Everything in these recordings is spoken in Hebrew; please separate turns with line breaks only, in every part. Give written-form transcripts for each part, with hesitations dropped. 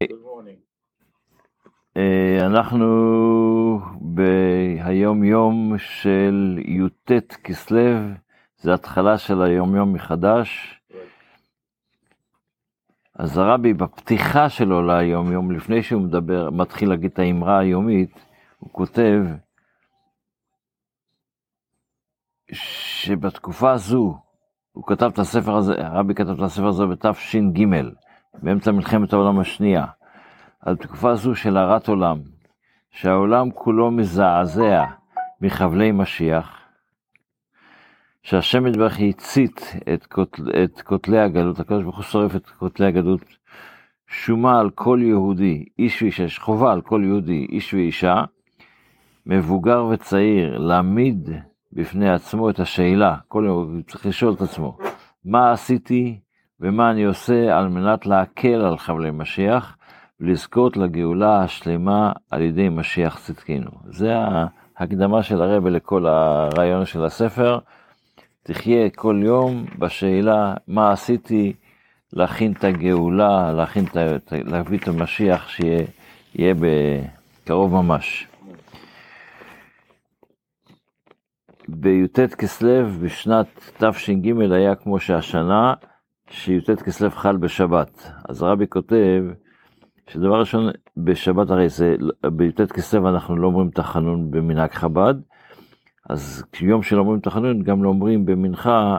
אנחנו ביום יום של י"ט כסלו, זה התחלה של היום יום מחדש. אז הרבי בפתיחה שלו ליום יום, לפני שהוא מתחיל להגיד את האמרה היומית, הוא כותב שבתקופה הזו, הוא כתב את הספר הזה, הרבי כתב את הספר הזה בתש"ג, באמצע מלחמת העולם השנייה, על תקופה הזו של הרת עולם, שהעולם כולו מזעזע מחבלי משיח, שהשם יתברך הצית את כותלי הגלות, הקדוש ברוך הוא שורף את כותלי הגלות, שומה על כל יהודי, איש ואישה, יש חובה על כל יהודי, איש ואישה, מבוגר וצעיר, להעמיד בפני עצמו את השאלה, כל יום צריך לשאול את עצמו, מה עשיתי ומה אני עושה על מנת להקל על חבלי משיח, ולזכות לגאולה השלמה על ידי משיח צדקנו. זה ההקדמה של הרבי לכל הרעיון של הספר, תחיה כל יום בשאלה מה עשיתי להכין את הגאולה, להביא את המשיח שיהיה בקרוב ממש. בי"ט כסלו בשנת תש"ג היה כמו שהשנה שי"ט כסלו חל בשבת. אז הרבי כותב שדבר ראשון בשבת, הרי זה בי"ט כסלו אנחנו לא אומרים תחנון במנהג חב"ד, אז יום שלא אומרים תחנון גם לא אומרים במנחה,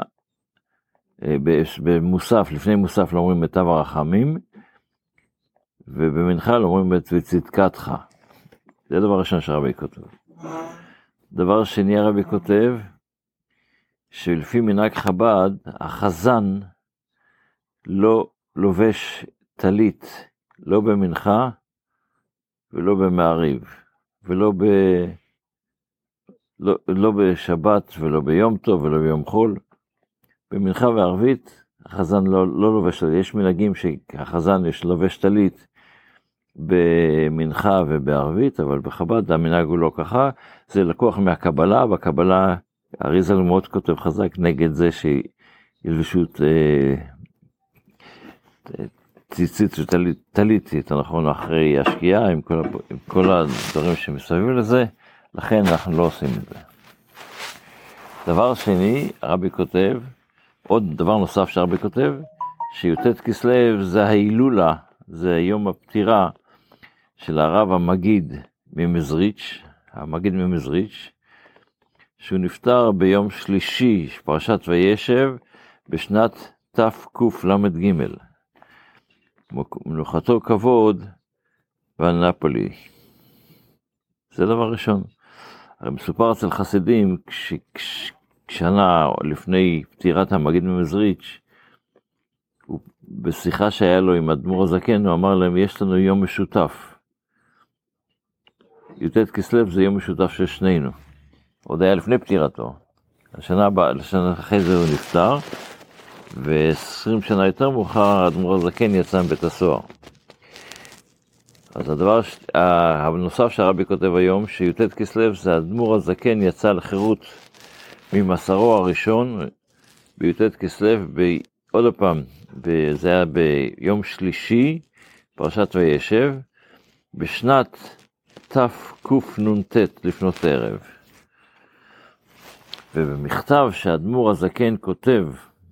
במוסף, לפני מוסף לא אומרים מיטב הרחמים, ובמנחה לא אומרים וצדקתך. זה דבר ראשון שהרבי כותב. דבר שני הרבי כותב שלפי מנהג חב"ד החזן לא לובש טלית, לא במנחה ולא במעריב, ולא לא בשבת ולא ביום טוב ולא ביום חול. במנחה וערבית החזן לא לובש טלית. יש מנהגים שהחזן יש לובש טלית במנחה ובערבית, אבל בחב"ד המנהג הוא לא ככה. זה לקוח מהקבלה, בקבלה אריז"ל מאוד כותב חזק נגד זה שילבשו ציצית וטלית, יותר נכון, אחרי השקיעה, עם כל הדברים שמסביב לזה, לכן אנחנו לא עושים את זה. דבר שני, הרבי כותב, עוד דבר נוסף שהרבי כותב, שי"ט כסלו זה ההילולה, זה יום הפטירה של הרב המגיד ממזריץ', שהוא נפטר ביום שלישי, פרשת וישב, בשנת תקל"ג. מנוחתו כבוד בנפולי. זה דבר ראשון. הרי מסופר אצל חסידים, שנה לפני פטירת המגיד ממזריץ', בשיחה שהיה לו עם אדמו"ר הזקן, הוא אמר להם, יש לנו יום משותף. י"ט כסלו זה יום משותף של שנינו. עוד היה לפני פטירתו. השנה אחרי זה הוא נפטר, ו20 שנה יותר מאוחר, אדמו"ר הזקן יצא מבית הסוהר. אז הדבר הנוסף שהרבי כותב היום, שי"ט כסלו זה אדמו"ר הזקן יצא לחירות ממסרו הראשון, בי"ט כסלו, עוד פעם, זה היה ביום שלישי, פרשת וישב, בשנת תקנ"ט לפנות ערב. ובמכתב שאדמו"ר הזקן כותב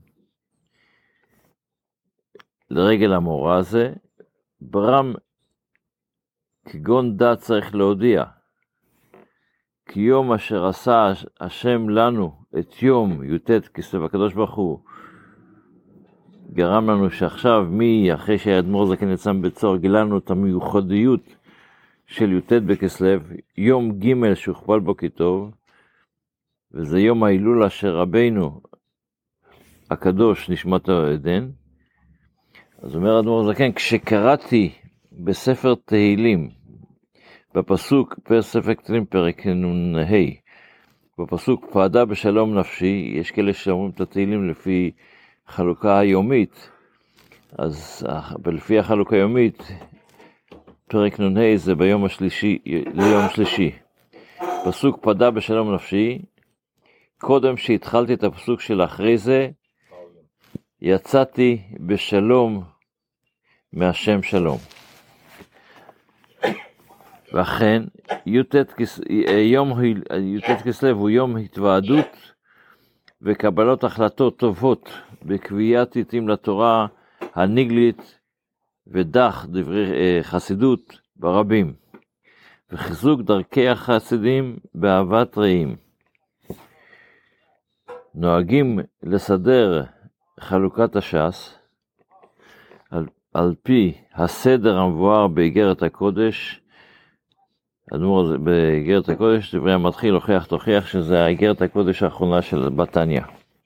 לרגל המאורע הזה, ברם כגון דת צריך להודיע, כי יום אשר עשה השם לנו את יום י"ט כסלו, הקדוש ברוך הוא גרם לנו שעכשיו אחרי שהאדמו"ר הזקן יצא מבית סוהר, גילה לנו את המיוחדיות של י"ט בכסלו, יום ג' שהוכפל בו כטוב, וזה יום ההילולה של רבינו הקדוש נשמתו עדן. אז אומר האדמו"ר הזקן, כשקראתי בספר תהילים, בפסוק, ספר תהילים פרק נ"ה, בפסוק פעדה בשלום נפשי, יש כאלה שאומרים את התהילים לפי חלוקה היומית, אז לפי החלוקה היומית, פרק נ"ה זה ביום השלישי, ליום שלישי. פסוק פעדה בשלום נפשי, קודם שהתחלתי את הפסוק של אחרי זה, יצאתי בשלום מהשם שלום. ואכן, י"ט כסלו הוא יום התוועדות וקבלות החלטות טובות בקביעת עתים לתורה הנגלית ודח דברי חסידות ברבים, וחיזוק דרכי החסידים באהבת רעים. נוהגים לסדר חלוקת הש"ס על פי הסדר המבואר באיגרת הקודש. אדמו"ר באיגרת הקודש, דברי המתחיל הוכיח תוכיח שזה האיגרת הקודש האחרונה של בתניא.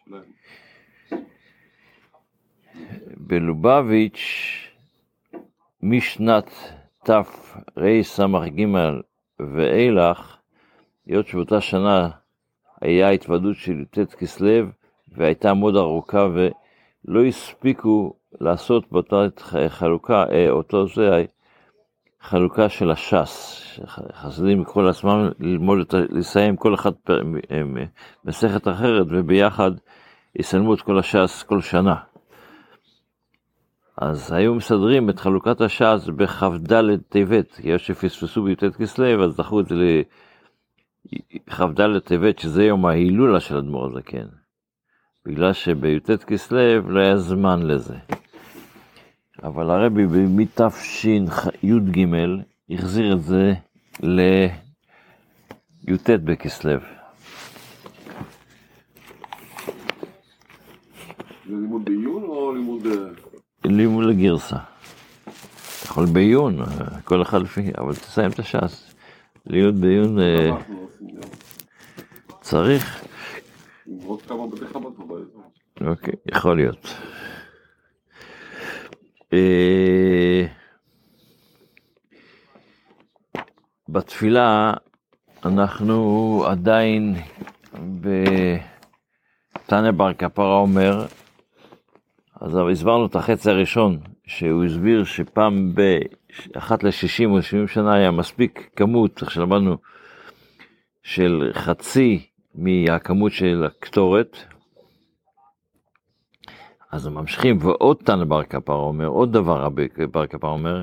בלובביץ' משנת תרס"ג ואילך, היות שבאותה שנה היה התוועדות של י"ט כסלו והייתה מאוד ארוכה ולא הספיקו לעשות באותה חלוקה, אותו זה חלוקה של הש"ס. חסידים יקחו לעצמם ללמוד, לסיים כל אחד מסכת אחרת וביחד יסיימו את כל הש"ס כל שנה. אז היו מסדרים את חלוקת הש"ס בכ"ד טבת, כי יש שפספסו בי"ט כסלו, אז דחו את זה לכ"ד טבת, שזה יום ההילולה של אדמו"ר הזקן, בגלל שבי"ט כסלו לא היה זמן לזה. אבל הרבי מתשי"ג החזיר את זה לי"ט בכסלו.
זה לימוד בעיון או לימוד...
לימוד לגרסה. אתה יכול בעיון, כל אחד לפי, אבל תסיים את הש"ס. לימוד בעיון צריך.
עוד כמה בתי חב"ד פה באזור.
אוקיי, יכול להיות. בתפילה אנחנו עדיין תנא בר קפרא אומר, אז הסברנו את החצי הראשון, שהוא הסביר שפעם באחת ל-60 או 70 שנה היה מספיק כמות, איך שלמדנו, של חצי מהכמות של הקטורת, אז הם ממשיכים, ועוד תנא בר קפרא אומר, עוד דבר רבי בר קפרא אומר,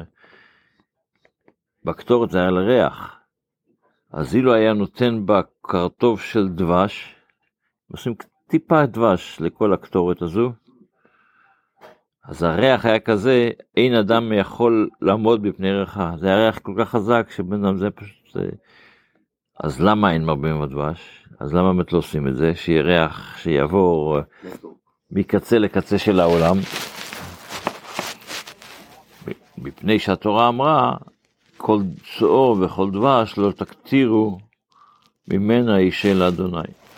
בקטורת זה היה לריח, אז אילו היה נותן בה קרטוב של דבש, עושים טיפה דבש לכל הקטורת הזו, אז הריח היה כזה, אין אדם יכול לעמוד בפני ריחה, זה היה ריח כל כך חזק שבן אדם זה פשוט, אז למה אין מרבים בדבש? אז למה באמת לא עושים את זה? שיהיה ריח שיעבור מקצה לקצה של העולם, מפני שהתורה אמרה, כל צאור וכל דבש לא תקטירו ממנה אישה לאדוני.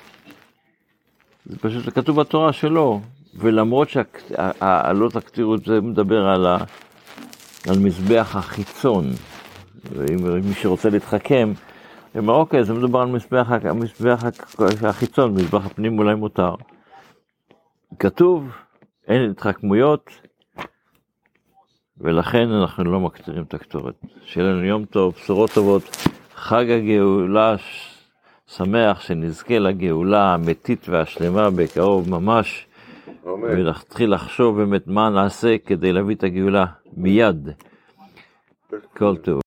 זה פשוט כתוב בתורה שלו, ולמרות שהלא תקטירו זה מדבר על מזבח החיצון, ומי שרוצה להתחכם, אומר אוקיי, זה מדבר על מזבח החיצון, מזבח הפנים אולי מותר. כתוב, אין התחכמויות, ולכן אנחנו לא מקטירים את הקטורת. שיהיה לנו יום טוב, בשורות טובות, חג הגאולה שמח, שנזכה לגאולה האמיתית והשלמה בקרוב ממש, ונתחיל לחשוב באמת מה נעשה כדי להביא את הגאולה מיד. כל טוב.